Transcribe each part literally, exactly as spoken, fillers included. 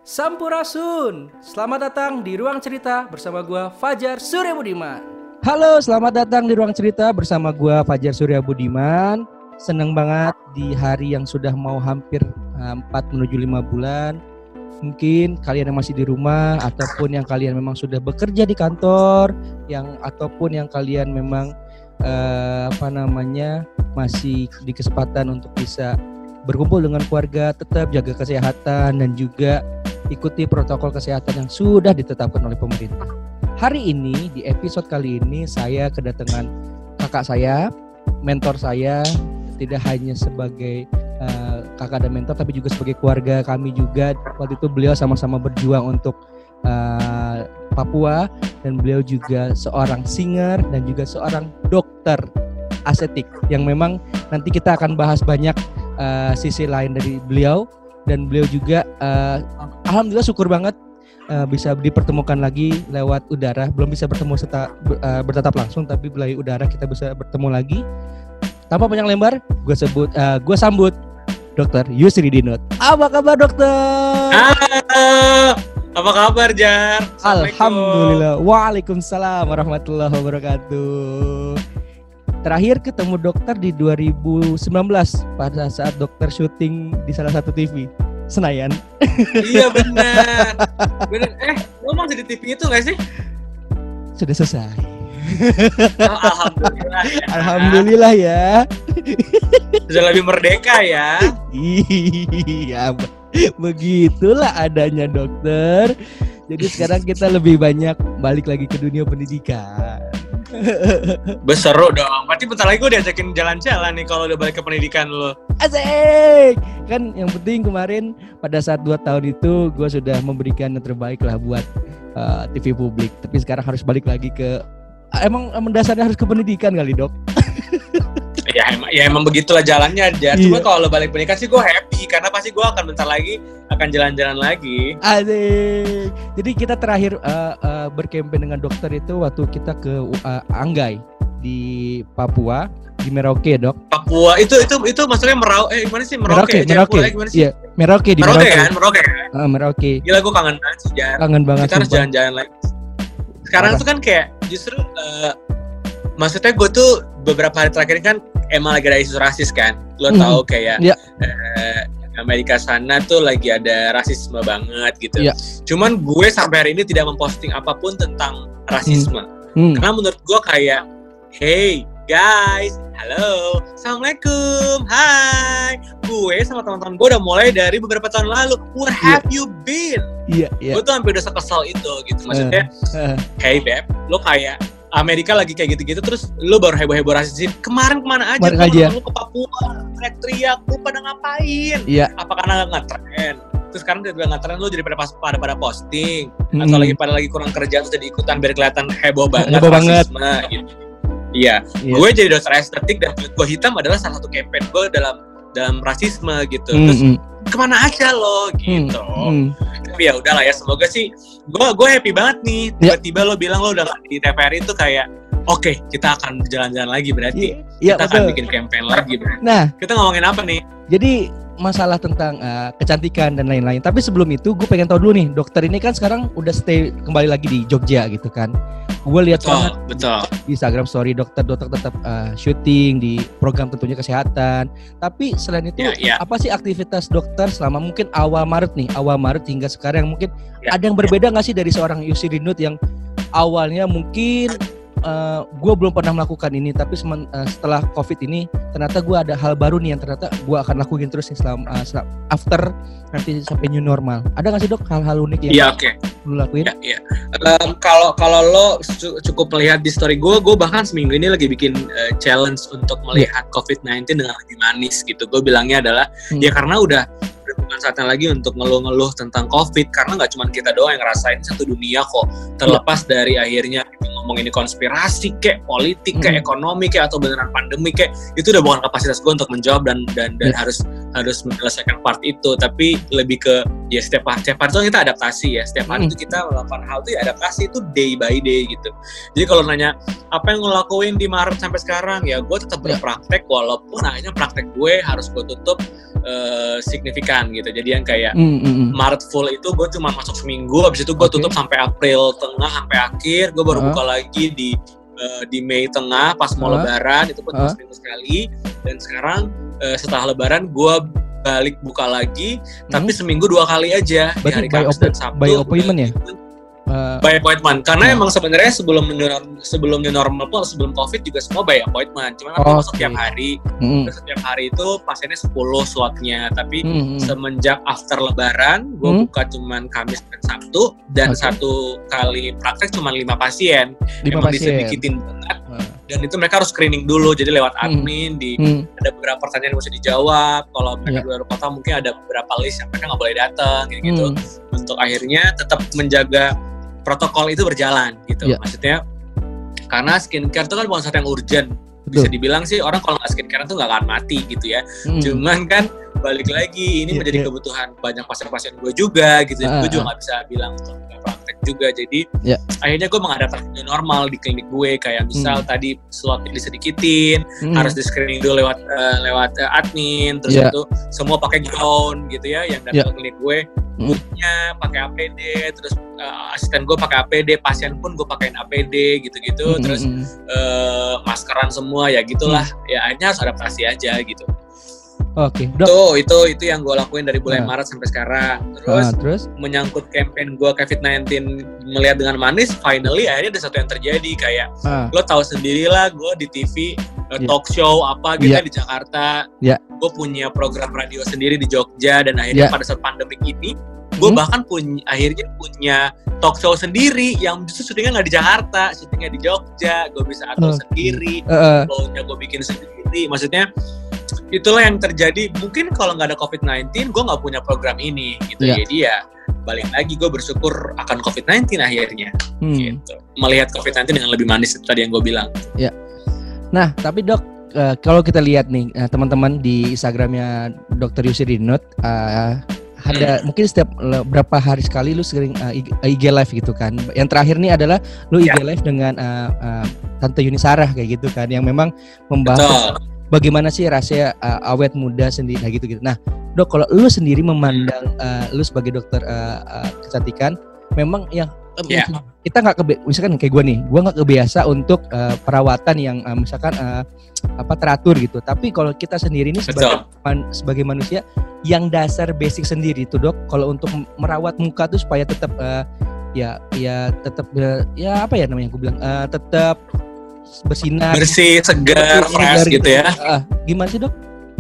Sampurasun, selamat datang di Ruang Cerita bersama gua Fajar Surya Budiman. Halo, selamat datang di Ruang Cerita bersama gua Fajar Surya Budiman. Seneng banget di hari yang sudah mau hampir empat menuju lima bulan. Mungkin kalian yang masih di rumah ataupun yang kalian memang sudah bekerja di kantor, yang ataupun yang kalian memang uh, apa namanya masih di kesempatan untuk bisa berkumpul dengan keluarga, tetap jaga kesehatan dan juga ikuti protokol kesehatan yang sudah ditetapkan oleh pemerintah. Hari ini, di episode kali ini, saya kedatangan kakak saya, mentor saya, tidak hanya sebagai uh, kakak dan mentor, tapi juga sebagai keluarga kami juga. Waktu itu beliau sama-sama berjuang untuk uh, Papua, dan beliau juga seorang singer dan juga seorang dokter estetik, yang memang nanti kita akan bahas banyak uh, sisi lain dari beliau. Dan beliau juga uh, alhamdulillah syukur banget uh, bisa dipertemukan lagi lewat udara. Belum bisa bertemu serta, uh, bertatap langsung, tapi melalui udara kita bisa bertemu lagi. Tanpa panjang lebar, gue sebut, uh, gue sambut Dokter Yusri Dinut. Apa kabar dokter? Halo, apa kabar Jar? Alhamdulillah. Waalaikumsalam warahmatullahi wabarakatuh. Terakhir ketemu dokter di dua ribu sembilan belas pada saat dokter syuting di salah satu T V Senayan. Iya benar. Benar. Eh, lo masih di T V itu nggak sih? Sudah selesai. Oh, alhamdulillah ya. Alhamdulillah ya. Sudah lebih merdeka ya. Iya, begitulah adanya dokter. Jadi sekarang kita lebih banyak balik lagi ke dunia pendidikan. Beseru dong. Berarti bentar lagi gue diajakin jalan-jalan nih kalau udah balik ke pendidikan lo. Asik. Kan yang penting kemarin pada saat dua tahun itu gue sudah memberikan yang terbaik lah buat uh, T V publik. Tapi sekarang harus balik lagi ke emang mendasarnya harus ke pendidikan kali dok. Ya emang, ya emang begitulah jalannya aja. Cuma iya. Kalau lo balik pendidikan sih gue happy karena pasti gue akan bentar lagi akan jalan-jalan lagi. Asik. Jadi kita terakhir uh, uh, berkempen dengan dokter itu waktu kita ke uh, Anggai di Papua, di Merauke dok. Papua itu itu itu maksudnya Merau eh gimana sih Merauke? Merauke, Merauke. Merauke. Gimana sih? Iya, Merauke di Merauke. Merauke kan, Merauke. Uh, Merauke. Gila gue kangen banget sih Jar. Kangen banget. Kita harus jalan-jalan lagi. Sekarang Arah. tuh kan kayak justru uh, maksudnya gue tuh beberapa hari terakhir kan emang lagi ada isu rasis kan. Lo mm-hmm. tahu kayak yeah. uh, Amerika sana tuh lagi ada rasisme banget gitu. Yeah. Cuman gue sampai hari ini tidak memposting apapun tentang rasisme. Mm. Karena menurut gue kayak, hey guys, halo, assalamualaikum, hai. Gue sama teman-teman gue udah mulai dari beberapa tahun lalu. Where have yeah. you been? Iya. Yeah, yeah. Gue tuh sampai udah sekesal itu gitu. Maksudnya, uh, uh. hey beb, lo kayak Amerika lagi kayak gitu-gitu terus lu baru heboh-heboh rasis. Kemarin kemana aja? Kemarin lu ke Papua, teriak-teriak, lu pada ngapain? Iya. Apa karena ngetren? Terus sekarang tiba-tiba ngetren lu jadi pada pas pada pada posting hmm. atau lagi pada lagi kurang kerja terus jadi ikutan biar kelihatan heboh banget heboh rasisme banget. Gitu. Iya. Yeah. Gue jadi dokter estetik dan kulit gue hitam adalah salah satu campaign gue dalam dalam rasisme gitu. Hmm. Terus kemana aja lo gitu. Hmm. Tapi ya udahlah ya, semoga sih gue gue happy banget nih tiba-tiba yeah. lo bilang lo udah di T V R I itu kayak oke okay, kita akan jalan-jalan lagi berarti yeah, kita yeah, akan betul. Bikin campaign lagi berarti. Nah kita ngomongin apa nih? Jadi masalah tentang uh, kecantikan dan lain-lain. Tapi sebelum itu gue pengen tahu dulu nih, dokter ini kan sekarang udah stay kembali lagi di Jogja gitu kan. Gue lihat banget betul. Di Instagram story dokter-dokter tetap uh, syuting di program tentunya kesehatan. Tapi selain itu yeah, yeah. apa sih aktivitas dokter selama mungkin awal Maret nih, awal Maret hingga sekarang mungkin yeah, ada yang berbeda nggak yeah. sih dari seorang Yusri Dinut yang awalnya mungkin Uh, gue belum pernah melakukan ini, tapi semen, uh, setelah COVID ini ternyata gue ada hal baru nih yang ternyata gue akan lakuin terus nih selama uh, selam, after nanti sampai new normal. Ada nggak sih dok hal-hal unik yang yeah, okay. lu lakuin? Iya. Yeah, yeah. um, kalau kalau lo cukup melihat di story gue, gue bahkan seminggu ini lagi bikin uh, challenge untuk melihat yeah. covid sembilan belas dengan lebih manis gitu. Gue bilangnya adalah hmm. ya karena udah bukan saatnya lagi untuk ngeluh-ngeluh tentang COVID karena nggak cuma kita doang yang ngerasain, satu dunia kok terlepas dari akhirnya kita ngomong ini konspirasi kayak politik kayak mm. ekonomi kayak atau beneran pandemi kayak itu udah bukan kapasitas gue untuk menjawab dan dan dan yeah. harus harus menyelesaikan part itu, tapi lebih ke ya setiap hari setiap hari itu kita adaptasi ya setiap hari mm. itu kita melakukan hal itu ya adaptasi itu day by day gitu. Jadi kalau nanya apa yang ngelakuin di Maret sampai sekarang ya gue tetap berpraktek yeah. walaupun akhirnya praktek gue harus gue tutup uh, signifikan gitu. Jadi yang kayak mm, mm, mm. Maret full itu gue cuma masuk seminggu, habis itu gue okay. tutup sampai April tengah sampai akhir, gue baru uh. buka lagi di uh, di Mei tengah pas mau uh. Lebaran, itu pun uh. seminggu sekali. Dan sekarang uh, setelah Lebaran gue balik buka lagi, hmm. tapi seminggu dua kali aja. Berarti di hari Kamis dan Sabtu. By appointment ya? Uh, by appointment, karena uh, emang sebenarnya sebelum sebelum new normal pun sebelum COVID juga semua by appointment. Cuma oh, masuk okay. tiap hari, mm. setiap hari itu pasiennya sepuluh slotnya. Tapi mm. semenjak after Lebaran, gue mm. buka cuman Kamis dan Sabtu dan okay. satu kali praktek cuma lima pasien. Lima emang pasien. Disedikitin banget. Uh. Dan itu mereka harus screening dulu, jadi lewat admin, mm. di mm. ada beberapa pertanyaan yang mesti dijawab. Kalau mereka yeah. di luar kota mungkin ada beberapa list yang mereka nggak boleh datang, gitu. Mm. Untuk akhirnya tetap menjaga protokol itu berjalan gitu, yeah. maksudnya karena skincare itu kan bukan sesuatu yang urgent. Bisa dibilang sih orang kalau nggak skincare itu nggak akan mati gitu ya. Hmm. Cuman kan balik lagi ini yeah, menjadi yeah. kebutuhan banyak pasien-pasien gue juga gitu. Uh, gue juga nggak uh. bisa bilang nggak praktek juga. Jadi yeah. akhirnya gue mengadaptasi normal di klinik gue. Kayak misal hmm. tadi slotnya disedikitin, hmm. harus di screening dulu lewat uh, lewat uh, admin, terus yeah. itu semua pakai gaun gitu ya yang datang yeah. ke klinik gue. Buknya pakai A P D, terus uh, asisten gue pakai A P D, pasien pun gue pakein A P D gitu-gitu, mm-hmm. terus uh, maskeran semua ya gitulah, mm. ya akhirnya harus adaptasi aja gitu. Oke. Okay. Tuh itu itu yang gue lakuin dari bulan nah. Maret sampai sekarang. Terus, nah, terus menyangkut campaign gue covid sembilan belas melihat dengan manis, finally akhirnya ada satu yang terjadi kayak ah. lo tahu sendirilah gue di T V uh, yeah. talk show apa gitu yeah. di Jakarta. Yeah. Gue punya program radio sendiri di Jogja dan akhirnya yeah. pada saat pandemik ini gue hmm. bahkan punya akhirnya punya talk show sendiri yang justru syutingnya nggak di Jakarta, syutingnya di Jogja. Gue bisa atur uh. sendiri, uh. flownya gue bikin sendiri. Maksudnya itulah yang terjadi. Mungkin kalau nggak ada covid sembilan belas gue nggak punya program ini gitu. Yeah. Jadi ya balik lagi gue bersyukur akan covid sembilan belas akhirnya hmm. gitu. Melihat covid sembilan belas dengan lebih manis itu tadi yang gue bilang. Ya. Nah tapi dok, uh, kalau kita lihat nih uh, teman-teman di Instagramnya dokter Yusrinut, uh, ada hmm. mungkin setiap uh, berapa hari sekali lu sering uh, I G live gitu kan. Yang terakhir nih adalah lu I G yeah. live dengan uh, uh, Tante Yuni Sarah kayak gitu kan, yang memang membahas Betul. bagaimana sih rahasia uh, awet muda sendiri nah gitu gitu. Nah dok, kalau lu sendiri memandang uh, lu sebagai dokter uh, uh, kecantikan, memang yang yeah. kita nggak kebe- misalkan kayak gue nih, gue nggak kebiasa untuk uh, perawatan yang uh, misalkan uh, apa teratur gitu. Tapi kalau kita sendiri ini sebagai man, sebagai manusia yang dasar basic sendiri itu dok, kalau untuk merawat muka tuh supaya tetap uh, ya ya tetap uh, ya apa ya namanya gue bilang uh, tetap bersinar, bersih, segar, fresh gitu, gitu ya. Uh, gimana sih dok?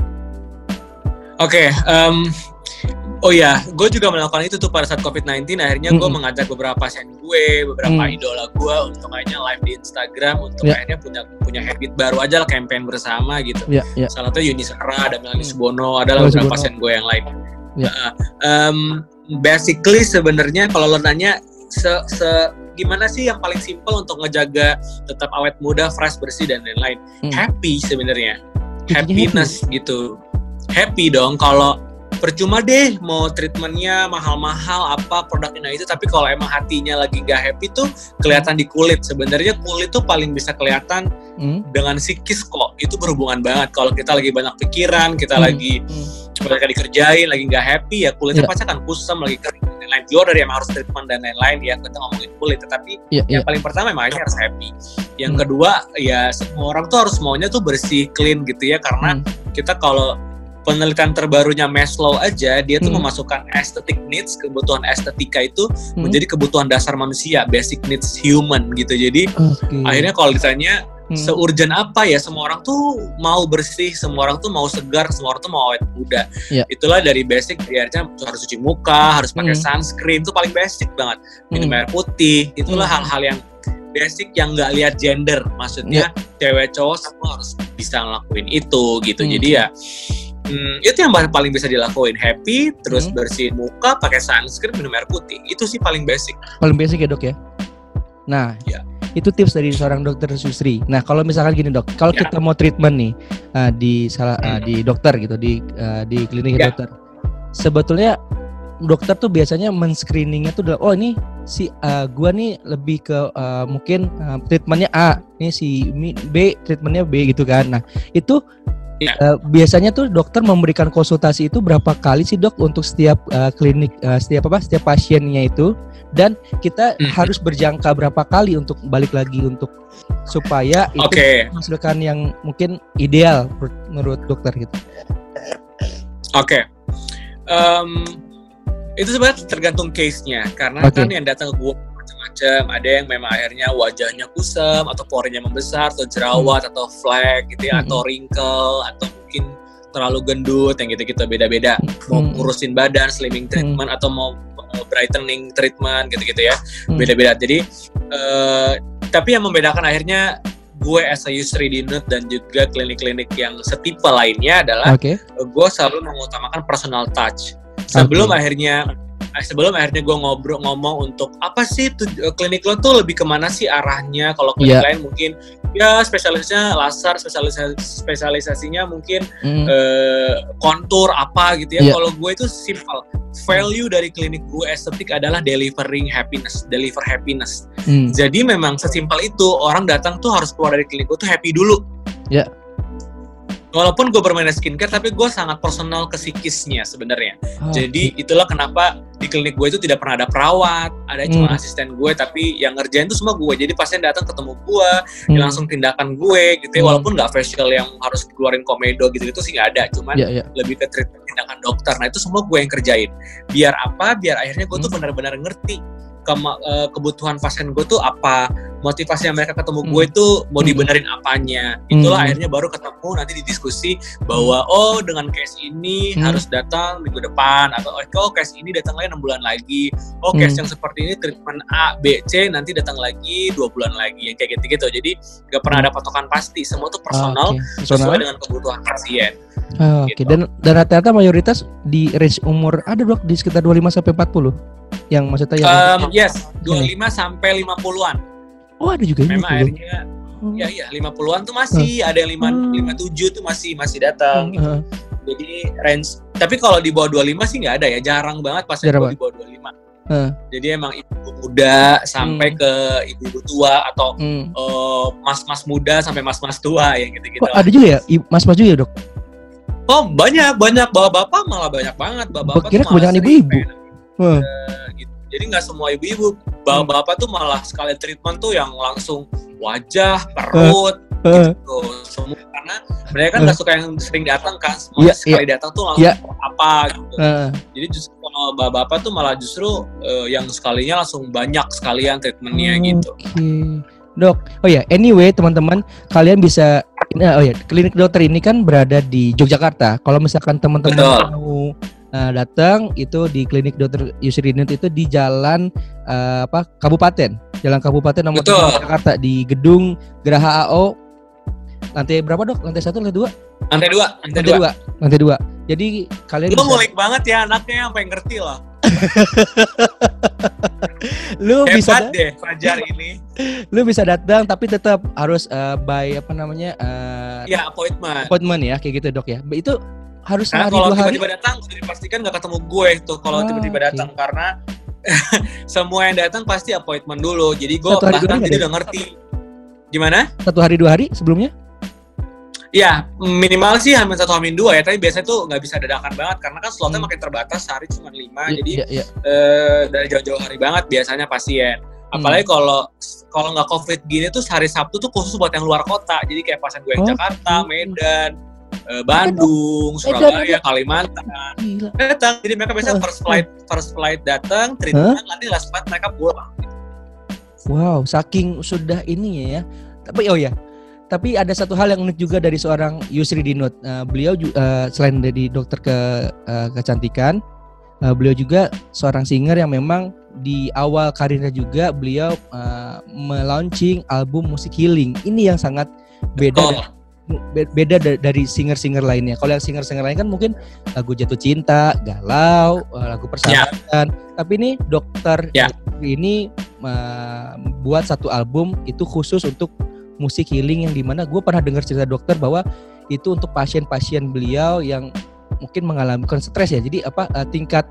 Oke, okay, um, oh ya, gue juga melakukan itu tuh pada saat covid sembilan belas. Akhirnya gue mm-hmm. mengajak beberapa pasien gue, beberapa mm. idola gue untuk akhirnya live di Instagram untuk yeah. akhirnya punya punya habit baru aja lah, campaign bersama gitu. Yeah, yeah. Salah satu Yuni Sarah, ada Melanie mm. Subono, ada beberapa Subono. pasien gue yang lain. Yeah. Uh, um, basically sebenarnya kalau lo nanya se, se gimana sih yang paling simpel untuk ngejaga tetap awet muda, fresh, bersih dan lain-lain. Mm. Happy sebenarnya, happiness happy. gitu. Happy dong, kalau percuma deh mau treatmentnya mahal-mahal apa produknya itu, tapi kalau emang hatinya lagi nggak happy tuh kelihatan di kulit. Sebenarnya kulit tuh paling bisa kelihatan hmm. dengan psikis kok. Itu berhubungan banget. Kalau kita lagi banyak pikiran, kita hmm. lagi hmm. coba dikerjain, lagi nggak happy ya kulitnya yeah. pasti akan kusam, lagi kering dan lain-lain. Di luar dari emang harus treatment dan lain-lain ya, kita ngomongin kulit. Tetapi yeah, yang yeah. paling pertama emang ini harus happy. Yang hmm. kedua ya semua orang tuh harus maunya tuh bersih, clean gitu ya, karena hmm. kita kalau penelitian terbarunya Maslow aja, dia tuh hmm. memasukkan aesthetic needs, kebutuhan estetika itu hmm. menjadi kebutuhan dasar manusia, basic needs human gitu. Jadi okay. akhirnya kalau ditanya hmm. seurgent apa ya, semua orang tuh mau bersih, semua orang tuh mau segar, semua orang tuh mau awet muda. Yeah. Itulah dari basic, akhirnya harus cuci muka, harus pakai hmm. sunscreen, itu paling basic banget. Minum hmm. air putih, itulah hmm. hal-hal yang basic yang nggak lihat gender, maksudnya yeah. cewek cowok semua harus bisa ngelakuin itu gitu. Hmm. Jadi ya Hmm, itu yang paling bisa dilakuin, happy, terus hmm. bersihin muka, pakai sunscreen, minum air putih. Itu sih paling basic. Paling basic ya dok ya. Nah, ya. Itu tips dari seorang dokter Yusri. Nah, kalau misalkan gini dok, kalau ya. kita mau treatment nih uh, di salah uh, di dokter gitu, di uh, di klinik ya. dokter, sebetulnya dokter tuh biasanya men-screeningnya tuh adalah, oh ini si uh, gua nih lebih ke uh, mungkin uh, treatmentnya A, ini si B treatmentnya B gitu kan. Nah itu ya. uh, biasanya tuh dokter memberikan konsultasi itu berapa kali sih dok untuk setiap uh, klinik, uh, setiap apa, setiap pasiennya itu. Dan kita mm-hmm. harus berjangka berapa kali untuk balik lagi untuk supaya itu okay. menghasilkan yang mungkin ideal menurut dokter gitu. Oke, okay. um, itu sebenarnya tergantung case-nya karena okay. kan yang datang ke gue macam-macam. Ada yang memang akhirnya wajahnya kusam atau porinya membesar atau jerawat hmm. atau flek gitu ya, hmm. atau wrinkle atau mungkin terlalu gendut yang gitu-gitu beda-beda. Hmm. Mau ngurusin badan, slimming treatment hmm. atau mau brightening treatment gitu-gitu ya, hmm. beda-beda. Jadi uh, tapi yang membedakan akhirnya gue as a Yusri Dinut dan juga klinik-klinik yang setipe lainnya adalah okay. gue selalu mengutamakan personal touch. Sebelum okay. akhirnya sebelum akhirnya gue ngobrol ngomong untuk apa sih tuh, klinik lo tuh lebih kemana sih arahnya? Kalau klinik yeah. lain mungkin ya spesialisnya laser, spesialisasi spesialisasinya mungkin mm. eh, kontur apa gitu ya. Yeah. Kalau gue itu simple. Value dari klinik gue estetik adalah delivering happiness, deliver happiness. Mm. Jadi memang sesimpel itu, orang datang tuh harus keluar dari klinik gue tuh happy dulu. Ya. Yeah. Walaupun gue bermain skincare, tapi gue sangat personal ke psikisnya sebenarnya. Oh, Jadi okay. itulah kenapa di klinik gue itu tidak pernah ada perawat, ada hmm. cuma asisten gue, tapi yang ngerjain itu semua gue. Jadi pasien datang ketemu gue, hmm. ya langsung tindakan gue, gitu. Ya. Hmm. Walaupun nggak facial yang harus keluarin komedo gitu-gitu sih nggak ada, cuman yeah, yeah. lebih ke treatment tindakan dokter. Nah itu semua gue yang kerjain. Biar apa? Biar akhirnya gue hmm. tuh benar-benar ngerti Ke- kebutuhan pasien gue tuh apa, motivasi yang mereka ketemu gue itu hmm. mau dibenerin apanya. Itulah hmm. akhirnya baru ketemu nanti didiskusi bahwa oh dengan case ini hmm. harus datang minggu depan, atau oh case ini datang lagi enam bulan lagi, oh case hmm. yang seperti ini treatment A, B, C nanti datang lagi dua bulan lagi, yang kayak gitu-gitu. Jadi gak pernah ada patokan pasti, semua tuh personal, okay. sesuai dengan kebutuhan pasien. Oh, gitu. Oke, okay. dan dan rata-rata mayoritas di range umur ada dok di sekitar dua puluh lima sampai empat puluh. Yang maksudnya yang um, yes, dua puluh lima sampai lima puluhan. Oh, ada juga memang akhirnya hmm. ya ya lima puluhan tuh masih hmm. ada yang lima puluh tujuh tuh masih masih datang. Hmm. Jadi range, tapi kalau di bawah dua puluh lima sih enggak ada ya, jarang banget pasien di bawah dua puluh lima. Hmm. Jadi emang ibu muda sampai hmm. ke ibu-ibu tua atau hmm. uh, mas-mas muda sampai mas-mas tua yang gitu-gitu. Oh, ada juga ya mas-mas juga ya, dok? Oh, banyak banyak bapak-bapak malah banyak banget. Bapak-bapak kira kebanyakan ibu-ibu. Hmm. Uh, gitu. Jadi nggak semua ibu-ibu, bapak-bapak tuh malah sekali treatment tuh yang langsung wajah, perut, uh. gitu. Semua karena mereka kan nggak uh. suka yang sering datang kan, semua yeah, sekali yeah. datang tuh langsung yeah. apa gitu. Uh. Jadi justru kalau bapak-bapak tuh malah justru uh, yang sekalinya langsung banyak sekalian treatmentnya uh, gitu. Okay. Dok, oh ya, anyway teman-teman, kalian bisa, oh ya, klinik dokter ini kan berada di Yogyakarta. Kalau misalkan teman-teman mau uh, datang, itu di klinik dokter Yusri Dinut itu di jalan uh, apa Kabupaten, Jalan Kabupaten nomor tiga Jakarta, di gedung Geraha A O. Lantai berapa dok? Lantai satu, lantai dua? Lantai dua, lantai, lantai dua. dua, lantai dua. Jadi kalian lu bisa... ngulik banget ya anaknya, sampai ngerti lah. Lu hebat bisa deh Fajar ini. Lu bisa datang tapi tetap harus uh, by apa namanya? Uh, ya appointment. Appointment ya, kayak gitu dok ya. Itu harus nah, hari dua hari. Kalau tiba-tiba datang, udah dipastikan nggak ketemu gue tuh. Kalau ah, tiba-tiba datang okay. karena semua yang datang pasti appointment dulu. Jadi gue bahkan jadi udah ngerti. Gimana? Satu hari dua hari sebelumnya? Ya minimal sih hamin satu hamin dua ya, tapi biasanya tuh nggak bisa dadakan banget karena kan slotnya hmm. makin terbatas, sehari cuma lima, yeah, jadi yeah, yeah. Uh, dari jauh-jauh hari banget biasanya pasien. Apalagi hmm. kalau kalau nggak covid gini tuh hari Sabtu tuh khusus buat yang luar kota, jadi kayak pasien gue yang oh. Jakarta, Medan, uh, Bandung, Surabaya, Kalimantan datang, jadi mereka biasanya first flight first flight datang, treatment huh? nanti last flight mereka pulang. Wow, saking sudah ini ya. Tapi oh ya. Tapi ada satu hal yang unik juga dari seorang Yusri Dinut. Uh, beliau uh, selain dari dokter ke uh, kecantikan, uh, beliau juga seorang singer yang memang di awal karirnya juga beliau uh, melaunching album musik healing. Ini yang sangat beda oh. dari, beda dari singer-singer lainnya. Kalau yang singer-singer lain kan mungkin lagu jatuh cinta, galau, uh, lagu persahabatan. Yeah. Tapi ini dokter yeah. ini uh, buat satu album itu khusus untuk musik healing, yang dimana gue pernah dengar cerita dokter bahwa itu untuk pasien-pasien beliau yang mungkin mengalami bukan stres ya, jadi apa uh, tingkat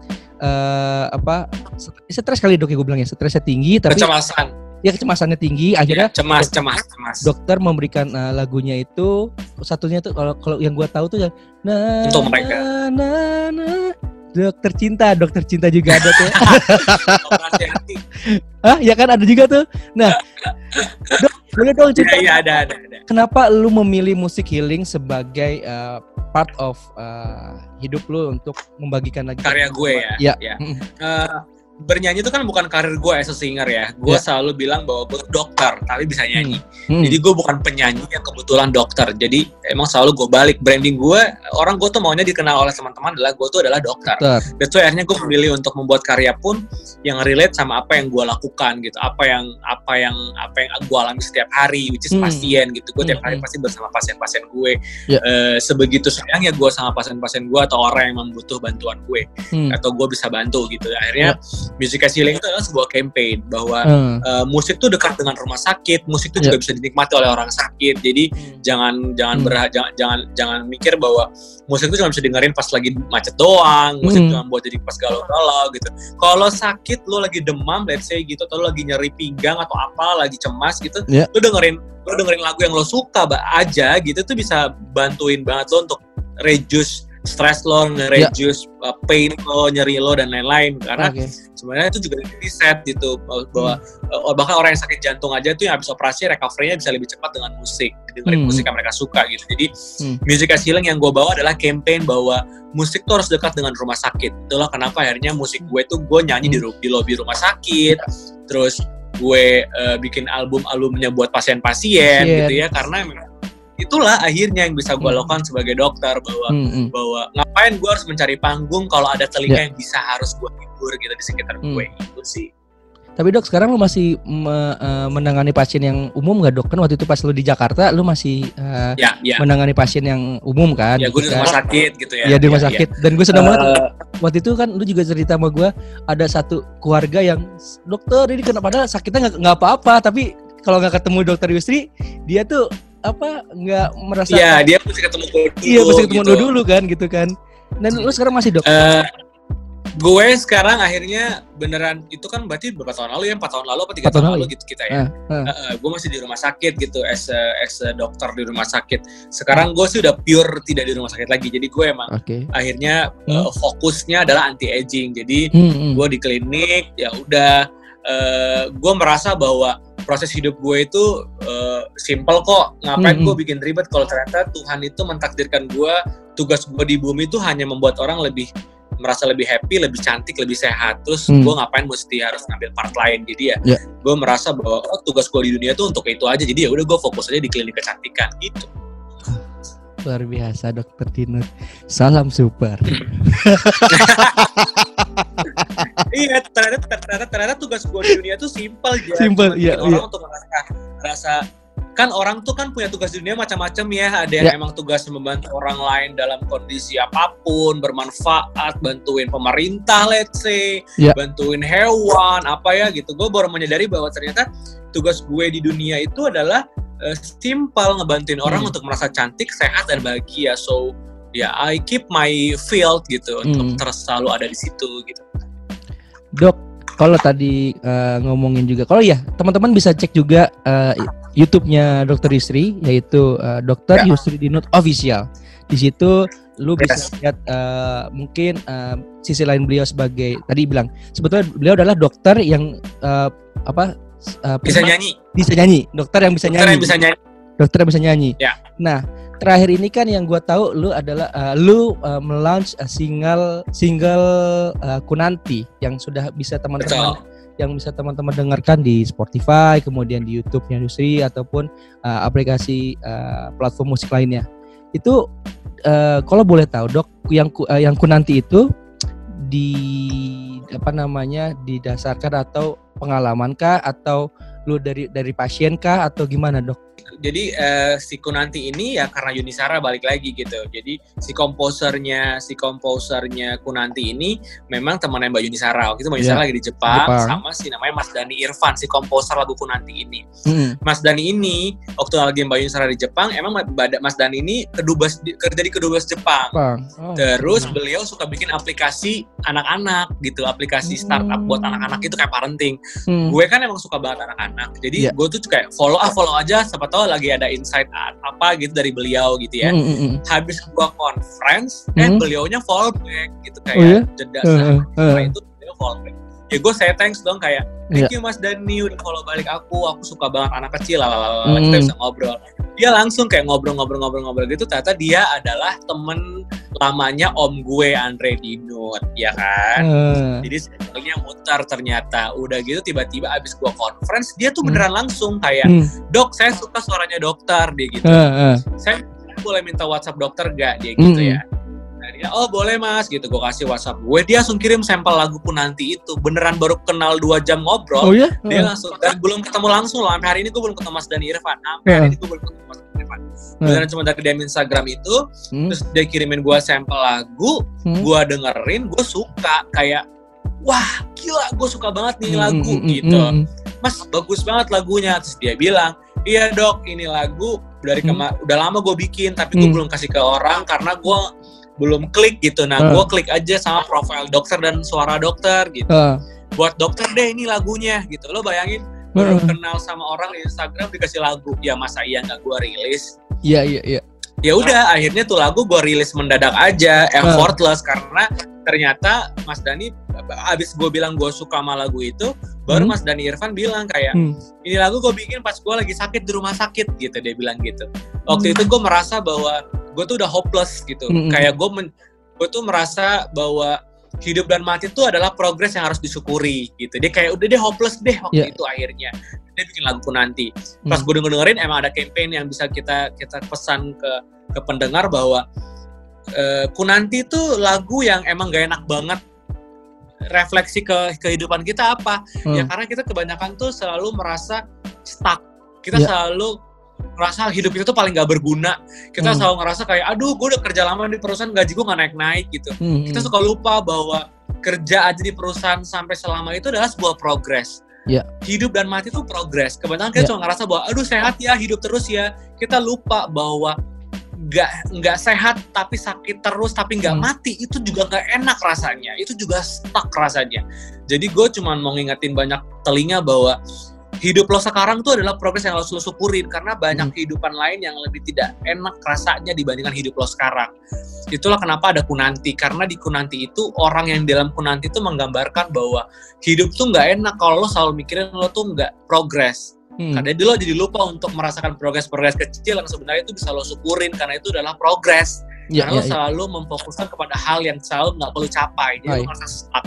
uh, apa stres kali dok ya gue bilang ya, stresnya tinggi tapi kecemasan ya kecemasannya tinggi, akhirnya ya, cemas cemas cemas dokter memberikan uh, lagunya itu satunya tuh kalau kalau yang gue tahu tuh yang na, untuk mereka na, na, dokter cinta, dokter cinta juga ada tuh. Operasi hati. Hah, ya kan ada juga tuh. Nah, dok, boleh dong cerita. Iya, ya, ada, ada, ada. Kenapa lu memilih musik healing sebagai uh, part of uh, hidup lu untuk membagikan lagi karya gue ya? Ya. ya. Uh, bernyanyi itu kan bukan karir gue as a singer ya. Gue yeah. selalu bilang bahwa gue dokter tapi bisa nyanyi. Hmm. Jadi gue bukan penyanyi yang kebetulan dokter. Jadi emang selalu gue balik branding gue. Orang gue tuh maunya dikenal oleh teman-teman adalah gue tuh adalah dokter. dokter. Dan so akhirnya gue memilih untuk membuat karya pun yang relate sama apa yang gue lakukan gitu. Apa yang apa yang apa yang gue alami setiap hari, which is hmm. pasien gitu. Gue tiap hari hmm. pasti bersama pasien-pasien gue. Yeah. Uh, sebegitu sayangnya gue sama pasien-pasien gue atau orang yang membutuh bantuan gue hmm. atau gue bisa bantu gitu. Akhirnya yeah. Music Healing itu adalah sebuah campaign bahwa hmm. uh, musik itu dekat dengan rumah sakit, musik itu yeah. juga bisa dinikmati oleh orang sakit. Jadi hmm. jangan jangan hmm. berha, jangan, jangan jangan mikir bahwa musik itu cuma bisa dengerin pas lagi macet doang, musik hmm. cuma buat jadi pas galau-galau gitu. Kalau sakit lo lagi demam, let's say gitu, atau lo lagi nyeri pinggang atau apa, lagi cemas gitu, yeah. lo dengerin lo dengerin lagu yang lo suka aja gitu, tuh bisa bantuin banget lo untuk reduce stress lo, nge-reduce yeah. uh, pain lo, nyeri lo dan lain-lain. Karena okay. sebenarnya itu juga riset gitu bahwa hmm. uh, bahkan orang yang sakit jantung aja tuh yang habis operasi recovery-nya bisa lebih cepat dengan musik, dengerin hmm. musik yang mereka suka gitu. Jadi hmm. Music Healing yang gue bawa adalah campaign bahwa musik tuh harus dekat dengan rumah sakit. Itulah kenapa akhirnya musik gue tuh gue nyanyi hmm. di, di lobi rumah sakit, terus gue uh, bikin album-albumnya buat pasien-pasien yeah. gitu ya, karena itulah akhirnya yang bisa gue lakukan hmm. sebagai dokter bahwa hmm. bahwa ngapain gue harus mencari panggung kalau ada telinga yeah. yang bisa harus gue hibur gitu di sekitar hmm. gue itu sih. Tapi dok, sekarang lu masih me, uh, menangani pasien yang umum nggak dok? Kan waktu itu pas lu di Jakarta lu masih uh, ya, ya. menangani pasien yang umum kan? Ya gue di rumah sakit gitu ya. Iya di rumah ya, sakit. Ya. Dan gue senang uh, banget. Waktu itu kan lu juga cerita sama gue ada satu keluarga yang dokter ini kenapa, padahal sakitnya nggak nggak apa-apa, tapi kalau nggak ketemu dokter Yusri dia tuh apa nggak merasa iya dia mesti ketemu dulu iya mesti ketemu gitu. dulu kan gitu kan. Dan lu sekarang masih dok? Uh, gue sekarang akhirnya beneran itu kan berarti beberapa tahun lalu ya, empat tahun lalu apa tiga tahun lalu gitu kita ya. Uh, uh. Uh, uh, gue masih di rumah sakit gitu as a, as a dokter di rumah sakit. Sekarang gue sih udah pure tidak di rumah sakit lagi. Jadi gue emang okay. akhirnya uh, fokusnya adalah anti aging. Jadi hmm, hmm. gue di klinik ya udah uh, gue merasa bahwa proses hidup gue itu uh, simple kok. Ngapain mm-hmm. gue bikin ribet kalau ternyata Tuhan itu mentakdirkan gue, tugas gue di bumi itu hanya membuat orang lebih merasa lebih happy, lebih cantik, lebih sehat. Terus mm. gue ngapain mesti harus ngambil part lain. Jadi ya yeah. gue merasa bahwa oh, tugas gue di dunia itu untuk itu aja. Jadi ya udah gue fokus aja di klinik kecantikan gitu. Luar biasa dokter Dinur. Salam super. Iya, ternyata, ternyata, ternyata tugas gue di dunia tuh simpel aja. Simpel, iya. Orang iya. untuk merasa, rasa kan orang tuh kan punya tugas di dunia macam-macam ya. Ada yang yeah. emang tugas membantu orang lain dalam kondisi apapun, bermanfaat, bantuin pemerintah, let's say, yeah. bantuin hewan, apa ya gitu. Gue baru menyadari bahwa ternyata tugas gue di dunia itu adalah uh, simple, ngebantuin orang hmm. untuk merasa cantik, sehat dan bahagia. So, ya yeah, I keep my field gitu hmm. untuk terus selalu ada di situ gitu. Dok, kalau tadi uh, ngomongin juga, kalau ya teman-teman bisa cek juga uh, YouTube-nya dokter Yusri, yaitu uh, dokter ya. Yusri Dinur Official. Di situ lu bisa yes. lihat uh, mungkin uh, sisi lain beliau sebagai tadi bilang sebetulnya beliau adalah dokter yang uh, apa uh, bisa nyanyi, bisa nyanyi, dokter yang bisa dokter nyanyi, yang bisa nyanyi, dokter yang bisa nyanyi. Ya. Nah. Terakhir ini kan yang gue tahu lu adalah uh, lu uh, melaunch uh, single single uh, Kunanti yang sudah bisa teman-teman Betul. yang bisa teman-teman dengarkan di Spotify, kemudian di YouTube-nya Yusri ataupun uh, aplikasi uh, platform musik lainnya. Itu uh, kalau boleh tahu dok, yang uh, yang Kunanti itu di apa namanya didasarkan atau pengalaman kah atau lu dari dari pasien kah atau gimana dok? jadi uh, si Kunanti ini ya karena Yuni Shara balik lagi gitu. Jadi si komposernya si komposernya Kunanti ini memang temannya Mbak Yuni Shara. Waktu itu Mbak Yuni Shara yeah. lagi di Jepang, Jepang sama si namanya Mas Dhani Irfan, si komposer lagu Kunanti ini. Hmm. Mas Dhani ini waktu lagi Mbak Yuni Shara di Jepang, emang Mas Dhani ini kedubes kerja di kedubes Jepang. Oh, Terus benar. Beliau suka bikin aplikasi anak-anak gitu, aplikasi startup hmm. buat anak-anak itu kayak parenting. Hmm. Gue kan emang suka banget anak-anak. Jadi yeah. gue tuh kayak follow ah follow aja, siapa tahu lagi ada insight apa gitu dari beliau gitu ya. Mm-hmm. Habis gua conference, mm-hmm. eh beliaunya follow back gitu kayak oh, yeah? jeda uh, uh, uh. itu beliau follow back. Ya gue say thanks dong kayak thank yeah. you Mas Dhani udah follow balik aku, aku suka banget anak kecil lah, mm-hmm. kita bisa ngobrol. Dia langsung kayak ngobrol-ngobrol-ngobrol-ngobrol gitu, ternyata dia adalah temen lamanya om gue Andre Dinut, ya kan? Uh. Jadi sebetulnya muter ternyata. Udah gitu tiba-tiba abis gue conference, dia tuh beneran hmm. langsung kayak, hmm. dok saya suka suaranya dokter, dia gitu. Uh, uh. Saya boleh minta WhatsApp dokter gak? Dia gitu hmm. ya. Nah, dia, oh boleh mas, gitu. Gue kasih WhatsApp gue, dia langsung kirim sampel lagu Kunanti itu. Beneran baru kenal dua jam ngobrol, oh, yeah? uh. dia langsung, dan belum ketemu langsung loh. Sampai hari ini gue belum ketemu Mas Dhani Irfan. Sampai uh. hari ini gue belum ketemu Mas Dhani Irfan. Beneran hmm. cuma dari D M Instagram itu, hmm. terus dia kirimin gue sampel lagu, hmm. gue dengerin, gue suka, kayak wah gila gue suka banget nih lagu hmm. gitu, hmm. mas bagus banget lagunya. Terus dia bilang, iya dok ini lagu dari hmm. kema- udah lama gue bikin, tapi gue hmm. belum kasih ke orang karena gue belum klik gitu. Nah uh. gue klik aja sama profil dokter dan suara dokter gitu, uh. buat dokter deh ini lagunya gitu. Lo bayangin baru uh. kenal sama orang di Instagram dikasih lagu, ya masa iya nggak gue rilis? Iya iya iya. Ya udah, akhirnya tuh lagu gue rilis mendadak aja, effortless, uh. karena ternyata Mas Dhani, abis gue bilang gue suka sama lagu itu, baru hmm. Mas Dhani Irfan bilang kayak, hmm. ini lagu gue bikin pas gue lagi sakit di rumah sakit gitu, dia bilang gitu. Waktu hmm. itu gue merasa bahwa gue tuh udah hopeless gitu, hmm. kayak gue men- gue tuh merasa bahwa hidup dan mati itu adalah progres yang harus disyukuri gitu. Dia kayak udah deh hopeless deh waktu yeah. itu akhirnya. Dia bikin lagu Kunanti. Pas hmm. gue denger-dengerin emang ada campaign yang bisa kita kita pesan ke ke pendengar bahwa uh, Kunanti itu lagu yang emang gak enak banget refleksi ke kehidupan kita apa? Hmm. Ya karena kita kebanyakan tuh selalu merasa stuck. Kita yeah. selalu ngerasa hidup kita tuh paling gak berguna. Kita hmm. selalu ngerasa kayak, aduh gue udah kerja lama di perusahaan, gaji gue gak naik-naik gitu. Hmm. Kita suka lupa bahwa kerja aja di perusahaan sampai selama itu adalah sebuah progres. Yeah. Hidup dan mati itu progres. Kebanyakan kita yeah. cuma ngerasa bahwa, aduh sehat ya, hidup terus ya. Kita lupa bahwa gak, gak sehat tapi sakit terus, tapi gak hmm. mati, itu juga gak enak rasanya. Itu juga stuck rasanya. Jadi gue cuma mau ngingetin banyak telinga bahwa hidup lo sekarang tuh adalah progres yang harus lo syukurin, karena banyak hmm. kehidupan lain yang lebih tidak enak rasanya dibandingkan hidup lo sekarang. Itulah kenapa ada Kunanti, karena di Kunanti itu orang yang di dalam Kunanti itu menggambarkan bahwa hidup tuh nggak enak kalau lo selalu mikirin lo tuh nggak progres. Hmm. Karena lo jadi lupa untuk merasakan progres-progres kecil yang sebenarnya itu bisa lo syukurin, karena itu adalah progres. Ya, karena ya, lo ya. selalu memfokuskan kepada hal yang selalu nggak perlu capai, jadi oh, lo merasa stuck.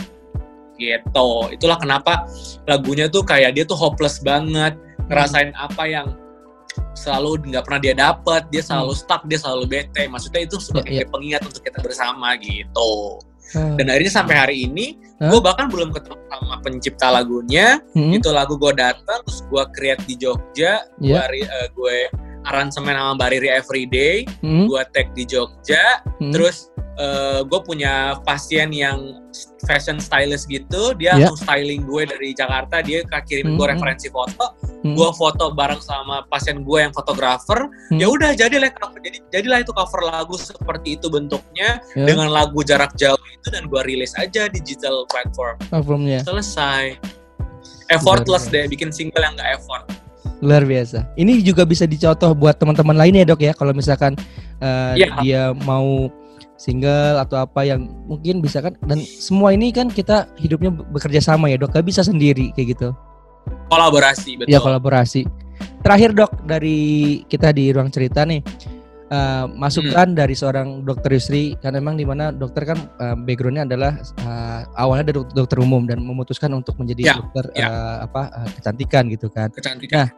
Gitu. Itulah kenapa lagunya tuh kayak dia tuh hopeless banget, ngerasain hmm. apa yang selalu nggak pernah dia dapat, dia selalu stuck, dia selalu bete. Maksudnya itu sebagai yeah, yeah. pengingat untuk kita bersama gitu. Hmm. Dan akhirnya sampai hari ini, huh? gue bahkan belum ketemu sama pencipta lagunya. Hmm. Itu lagu gue datang, terus gue create di Jogja, yeah. gue uh, gue aransemen sama Mbak Riri Everyday, hmm. gue tag di Jogja, hmm. terus Uh, gue punya pasien yang fashion stylist gitu, dia yeah. langsung styling gue dari Jakarta, dia kirimin mm-hmm. gue referensi foto, mm-hmm. gue foto bareng sama pasien gue yang fotografer, mm-hmm. ya udah jadilah cover, jadi jadilah itu cover lagu seperti itu bentuknya yeah. dengan lagu jarak jauh itu, dan gue rilis aja digital platform. Platformnya. Selesai. Effortless deh, bikin single yang gak effort. Luar biasa. Ini juga bisa dicontoh buat teman-teman lainnya dok ya, kalau misalkan uh, yeah. dia mau single atau apa yang mungkin bisa kan, dan semua ini kan kita hidupnya bekerja sama ya dok, gak bisa sendiri kayak gitu. Kolaborasi, betul. Ya kolaborasi. Terakhir dok, dari kita di Ruang Cerita nih, uh, masukan hmm. dari seorang dokter Yusri, kan memang dimana dokter kan uh, backgroundnya adalah uh, awalnya dari dokter umum dan memutuskan untuk menjadi ya, dokter ya. Uh, apa uh, kecantikan gitu kan. Kecantikan. Nah,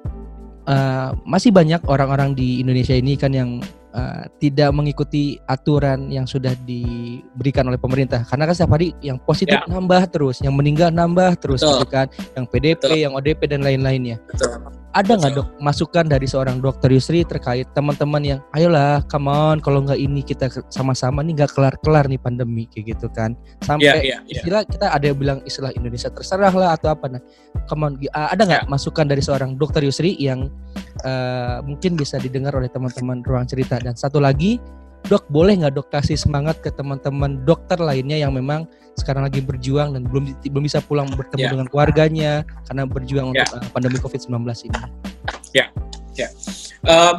uh, masih banyak orang-orang di Indonesia ini kan yang Uh, tidak mengikuti aturan yang sudah diberikan oleh pemerintah, karena kan setiap hari yang positif ya. nambah terus, yang meninggal nambah terus, gitu kan, yang P D P, Betul. yang O D P dan lain-lainnya. Betul. ada nggak dok masukan dari seorang dokter Yusri terkait teman-teman yang ayolah come on kalau nggak ini kita sama-sama nih nggak kelar-kelar nih pandemi kayak gitu kan sampai yeah, yeah, yeah. istilah kita ada yang bilang istilah Indonesia terserah lah atau apa nah come on ada nggak yeah. masukan dari seorang dokter Yusri yang uh, mungkin bisa didengar oleh teman-teman Ruang Cerita. Dan satu lagi dok boleh nggak dok kasih semangat ke teman-teman dokter lainnya yang memang sekarang lagi berjuang dan belum belum bisa pulang bertemu yeah. dengan keluarganya karena berjuang yeah. untuk uh, pandemi covid sembilan belas ini. Ya, yeah. ya. Yeah. Um,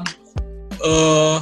uh,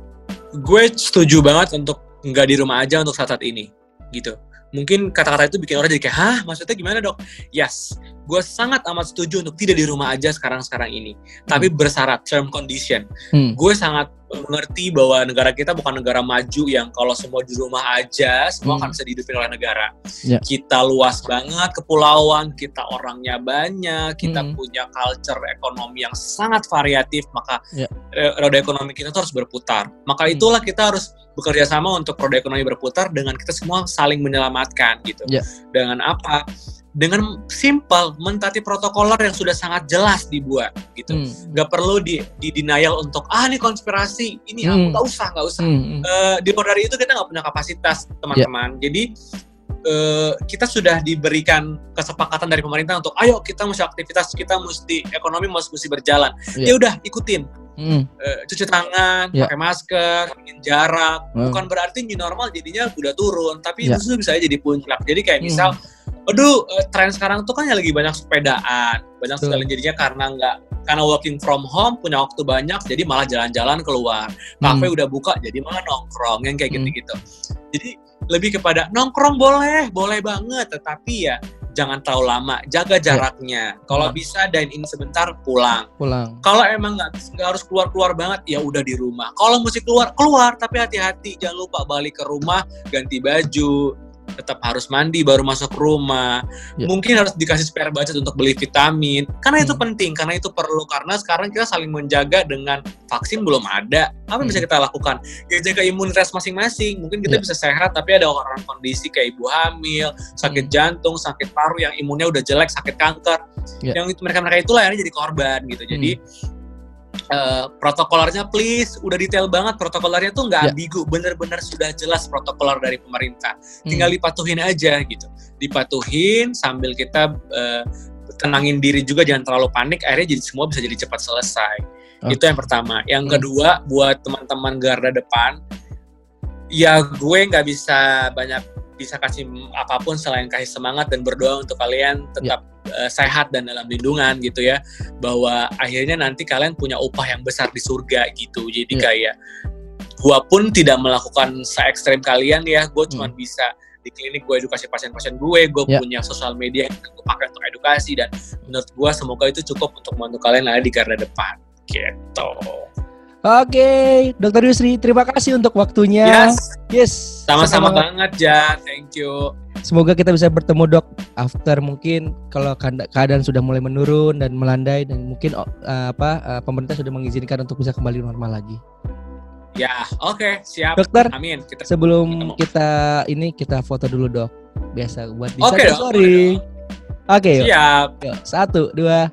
gue setuju banget untuk nggak di rumah aja untuk saat-saat ini, gitu. Mungkin kata-kata itu bikin orang jadi kayak, hah, maksudnya gimana dok? Yes, gue sangat amat setuju untuk tidak di rumah aja sekarang-sekarang ini. Hmm. Tapi bersyarat, term condition. Hmm. Gue sangat mengerti bahwa negara kita bukan negara maju yang kalau semua di rumah aja, semua hmm. akan bisa dihidupin oleh negara. Yeah. Kita luas banget kepulauan, kita orangnya banyak, kita hmm. punya culture ekonomi yang sangat variatif, maka yeah. roda ekonomi kita tuh harus berputar. Maka itulah hmm. kita harus bekerja sama untuk roda ekonomi berputar dengan kita semua saling menyelamatkan gitu. Yeah. Dengan apa? Dengan simple mentaati protokoler yang sudah sangat jelas dibuat gitu. Hmm. Gak perlu di, di denial untuk ah ini konspirasi, ini hmm. aku gak usah, gak usah. Hmm. Uh, di luar dari itu kita gak punya kapasitas teman-teman. Yeah. Jadi uh, kita sudah diberikan kesepakatan dari pemerintah untuk ayo kita mesti aktivitas, kita mesti ekonomi mesti berjalan. Yeah. Ya udah ikutin. Hmm. Uh, cuci tangan, yeah. pakai masker, jarak. Hmm. Bukan berarti new normal jadinya udah turun, tapi yeah. itu bisa aja jadi puncak. Jadi kayak hmm. misal aduh, tren sekarang tuh kan ya lagi banyak sepedaan, banyak Betul. sekali jadinya karena nggak, karena working from home punya waktu banyak, jadi malah jalan-jalan keluar, kafe hmm. udah buka, jadi malah nongkrong yang kayak hmm. gitu-gitu. Jadi lebih kepada nongkrong boleh, boleh banget, tetapi ya jangan terlalu lama, jaga jaraknya. Ya. Kalau hmm. bisa dine in sebentar, pulang. Pulang. Kalau emang nggak nggak harus keluar-keluar banget, ya udah di rumah. Kalau mesti keluar, keluar, tapi hati-hati, jangan lupa balik ke rumah, ganti baju. Tetap harus mandi baru masuk rumah. Ya. Mungkin harus dikasih spare budget untuk beli vitamin. Karena hmm. itu penting, karena itu perlu. Karena sekarang kita saling menjaga dengan vaksin belum ada. Apa yang hmm. bisa kita lakukan? Ya jaga imunitas masing-masing. Mungkin kita ya. bisa sehat, tapi ada orang kondisi kayak ibu hamil, sakit hmm. jantung, sakit paru yang imunnya udah jelek, sakit kanker. Ya. Yang itu mereka-mereka itulah yang jadi korban gitu. Hmm. Jadi Uh, protokolernya please, udah detail banget protokolernya tuh nggak yeah. ambigu, bener-bener sudah jelas protokoler dari pemerintah. Tinggal hmm. dipatuhin aja gitu, dipatuhin sambil kita uh, tenangin diri juga, jangan terlalu panik. Akhirnya jadi semua bisa jadi cepat selesai. Okay. Itu yang pertama. Yang hmm. kedua, buat teman-teman garda depan, ya gue nggak bisa banyak bisa kasih apapun selain kasih semangat dan berdoa untuk kalian tetap yeah. uh, sehat dan dalam lindungan gitu ya, bahwa akhirnya nanti kalian punya upah yang besar di surga gitu. Jadi yeah. kayak gua pun tidak melakukan se-ekstrem kalian ya, gua cuma hmm. bisa di klinik gue edukasi pasien-pasien gue, gue yeah. punya sosial media yang gue pakai untuk edukasi, dan menurut gue semoga itu cukup untuk membantu kalian lari di garda depan gitu. Oke, Dokter Yusri, terima kasih untuk waktunya. Yes, yes. Sama-sama banget, Ja. Thank you. Semoga kita bisa bertemu dok after mungkin kalau keadaan sudah mulai menurun dan melandai, dan mungkin uh, apa uh, pemerintah sudah mengizinkan untuk bisa kembali normal lagi. Ya, oke, okay, siap. Dokter, amin. Kita sebelum kita ini kita foto dulu dok. Biasa buat di okay, sorry. Oke, okay, siap. Yuk, satu, dua.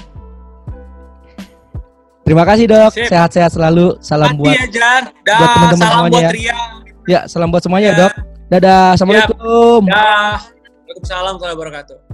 Terima kasih dok, Sip. Sehat-sehat selalu. Salam Mati buat, ya, Jan. Dah, buat teman-teman salam semuanya buat ya. Ria. Ya, salam buat semuanya ya. dok. Dadah, assalamualaikum. Dah, waalaikumsalam warahmatullahi wabarakatuh.